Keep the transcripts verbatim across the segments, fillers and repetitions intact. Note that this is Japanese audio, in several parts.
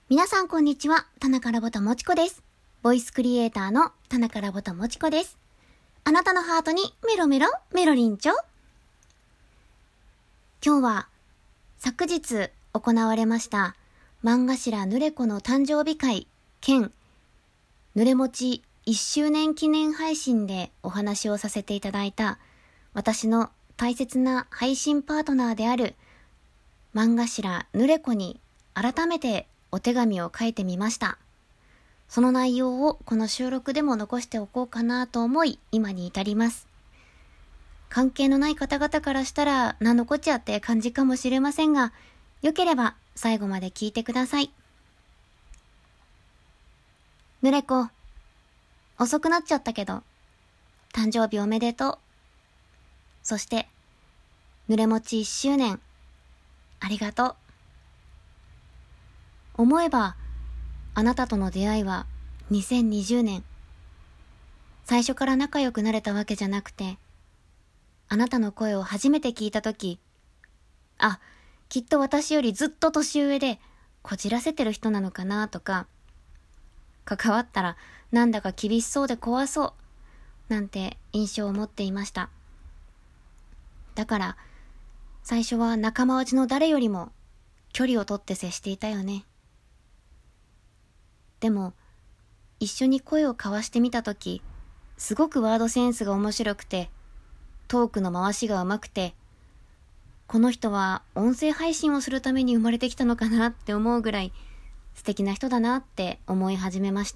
皆さんこんにちは。田中ラボともちこです。ボイスクリエイターの田中ラボともちこです。あなたのハートにメロメロメロリンチョ。今日は昨日行われました漫画師ぬれこの誕生日会兼ぬれもちいっしゅうねん記念配信でお話をさせていただいた私の大切な配信パートナーである漫画師ぬれこに改めてお手紙を書いてみました。その内容をこの収録でも残しておこうかなと思い今に至ります。関係のない方々からしたら何のこっちゃって感じかもしれませんが、よければ最後まで聞いてください。ぬれこ、遅くなっちゃったけど誕生日おめでとう。そしてぬれもちいっしゅうねんありがとう。思えばあなたとの出会いはにせんにじゅうねん。最初から仲良くなれたわけじゃなくて、あなたの声を初めて聞いたとき、あ、きっと私よりずっと年上でこじらせてる人なのかなとか、関わったらなんだか厳しそうで怖そうなんて印象を持っていました。だから最初は仲間内の誰よりも距離をとって接していたよね。でも一緒に声を交わしてみたとき、すごくワードセンスが面白くて、トークの回しがうまくて、この人は音声配信をするために生まれてきたのかなって思うぐらい素敵な人だなって思い始めました。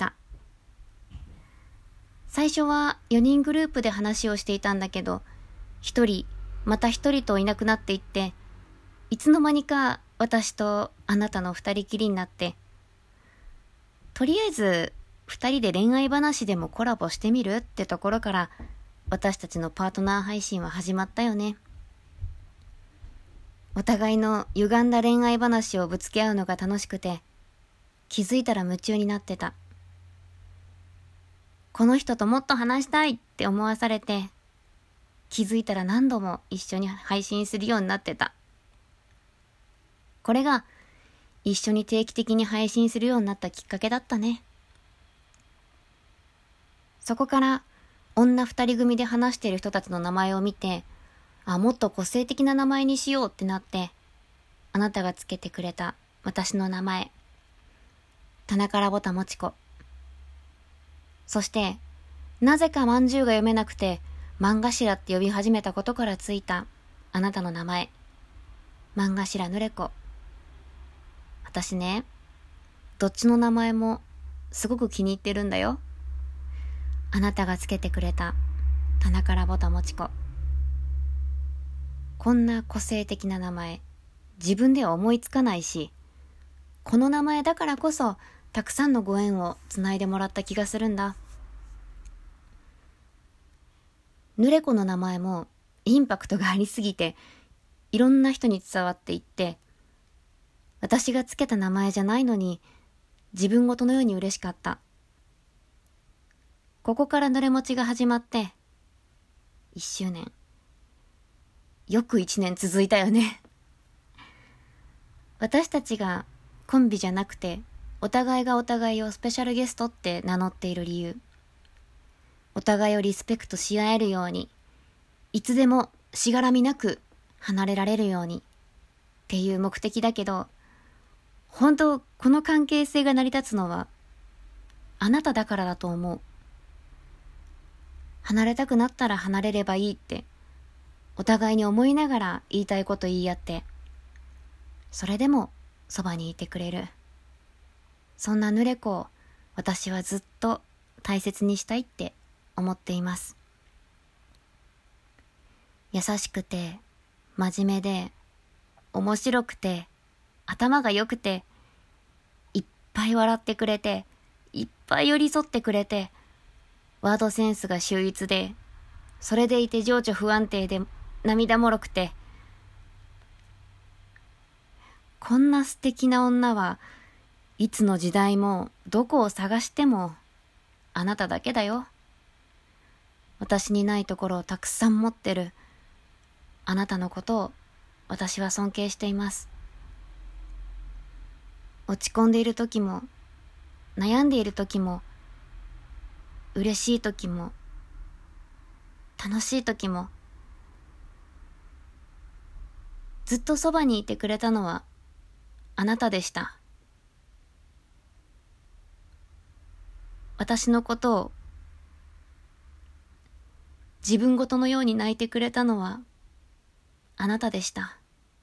最初はよにんグループで話をしていたんだけど、ひとりまたひとりといなくなっていって、いつの間にか私とあなたの二人きりになって、とりあえず二人で恋愛話でもコラボしてみるってところから私たちのパートナー配信は始まったよね。お互いの歪んだ恋愛話をぶつけ合うのが楽しくて、気づいたら夢中になってた。この人ともっと話したいって思わされて、気づいたら何度も一緒に配信するようになってた。これが一緒に定期的に配信するようになったきっかけだったね。そこから女二人組で話している人たちの名前を見て、あ、もっと個性的な名前にしようってなって、あなたがつけてくれた私の名前、田中ラボタもちこ。そしてなぜかまんじゅうが読めなくて漫画師って呼び始めたことからついたあなたの名前、漫画師ぬれこ。私ね、どっちの名前もすごく気に入ってるんだよ。あなたがつけてくれた田中ラボタもちこ。こんな個性的な名前、自分では思いつかないし、この名前だからこそたくさんのご縁をつないでもらった気がするんだ。ぬれこの名前もインパクトがありすぎて、いろんな人に伝わっていって、私がつけた名前じゃないのに自分ごとのように嬉しかった。ここからぬれもちが始まっていっしゅうねん、よくいちねん続いたよね。私たちがコンビじゃなくてお互いがお互いをスペシャルゲストって名乗っている理由、お互いをリスペクトし合えるように、いつでもしがらみなく離れられるようにっていう目的だけど、本当この関係性が成り立つのはあなただからだと思う。離れたくなったら離れればいいってお互いに思いながら言いたいこと言い合って、それでもそばにいてくれる、そんなぬれこを私はずっと大切にしたいって思っています。優しくて真面目で面白くて頭が良くて、いっぱい笑ってくれて、いっぱい寄り添ってくれて、ワードセンスが秀逸で、それでいて情緒不安定で涙もろくて、こんな素敵な女はいつの時代もどこを探してもあなただけだよ。私にないところをたくさん持ってるあなたのことを私は尊敬しています。 落ち込んでいる時も、悩んでいる時も、嬉しい時も、楽しい時も、ずっとそばにいてくれたのはあなたでした。私のことを自分ごとのように泣いてくれたのはあなたでした。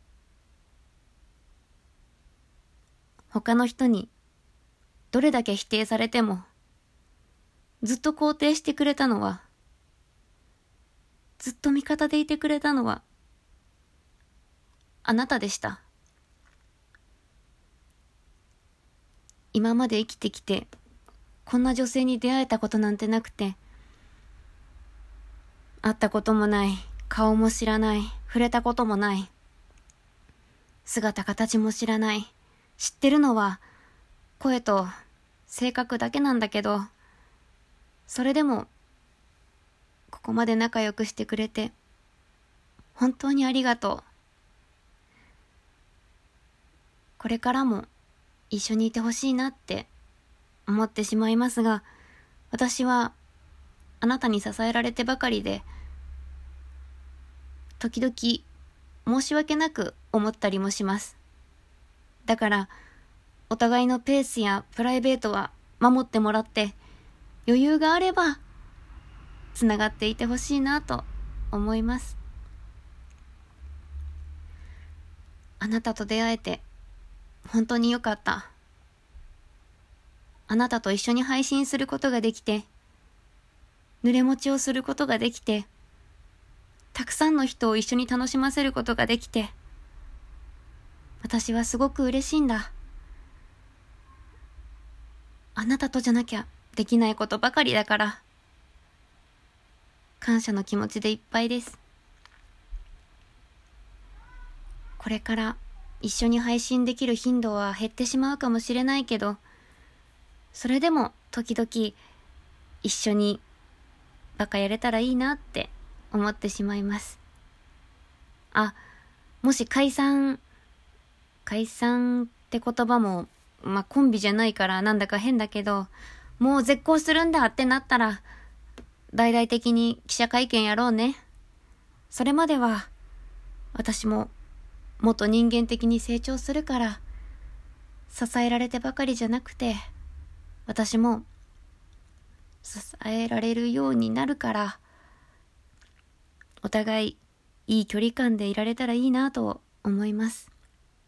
他の人にどれだけ否定されてもずっと肯定してくれたのは、ずっと味方でいてくれたのはあなたでした。今まで生きてきてこんな女性に出会えたことなんてなくて、会ったこともない、顔も知らない、触れたこともない、姿形も知らない、知ってるのは声と性格だけなんだけど、それでもここまで仲良くしてくれて本当にありがとう。これからも一緒にいてほしいなって思ってしまいますが、私はあなたに支えられてばかりで、時々申し訳なく思ったりもします。だからお互いのペースやプライベートは守ってもらって、余裕があればつながっていてほしいなと思います。あなたと出会えて本当によかった。あなたと一緒に配信することができて、濡れもちをすることができて、たくさんの人を一緒に楽しませることができて、私はすごく嬉しいんだ。あなたとじゃなきゃできないことばかりだから、感謝の気持ちでいっぱいです。これから一緒に配信できる頻度は減ってしまうかもしれないけど、それでも時々一緒にバカやれたらいいなって思ってしまいます。あ、もし解散、解散って言葉も、まあ、コンビじゃないからなんだか変だけど、もう絶交するんだってなったら、大々的に記者会見やろうね。それまでは、私ももっと人間的に成長するから、支えられてばかりじゃなくて、私も支えられるようになるから、お互いいい距離感でいられたらいいなと思います。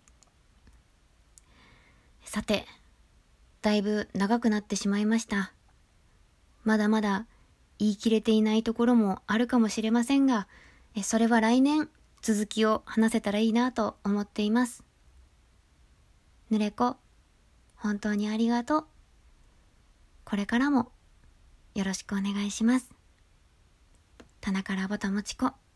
さて、だいぶ長くなってしまいました。まだまだ言い切れていないところもあるかもしれませんが、それは来年続きを話せたらいいなと思っています。ぬれこ、本当にありがとう。これからもよろしくお願いします。田中らぼたもちこ。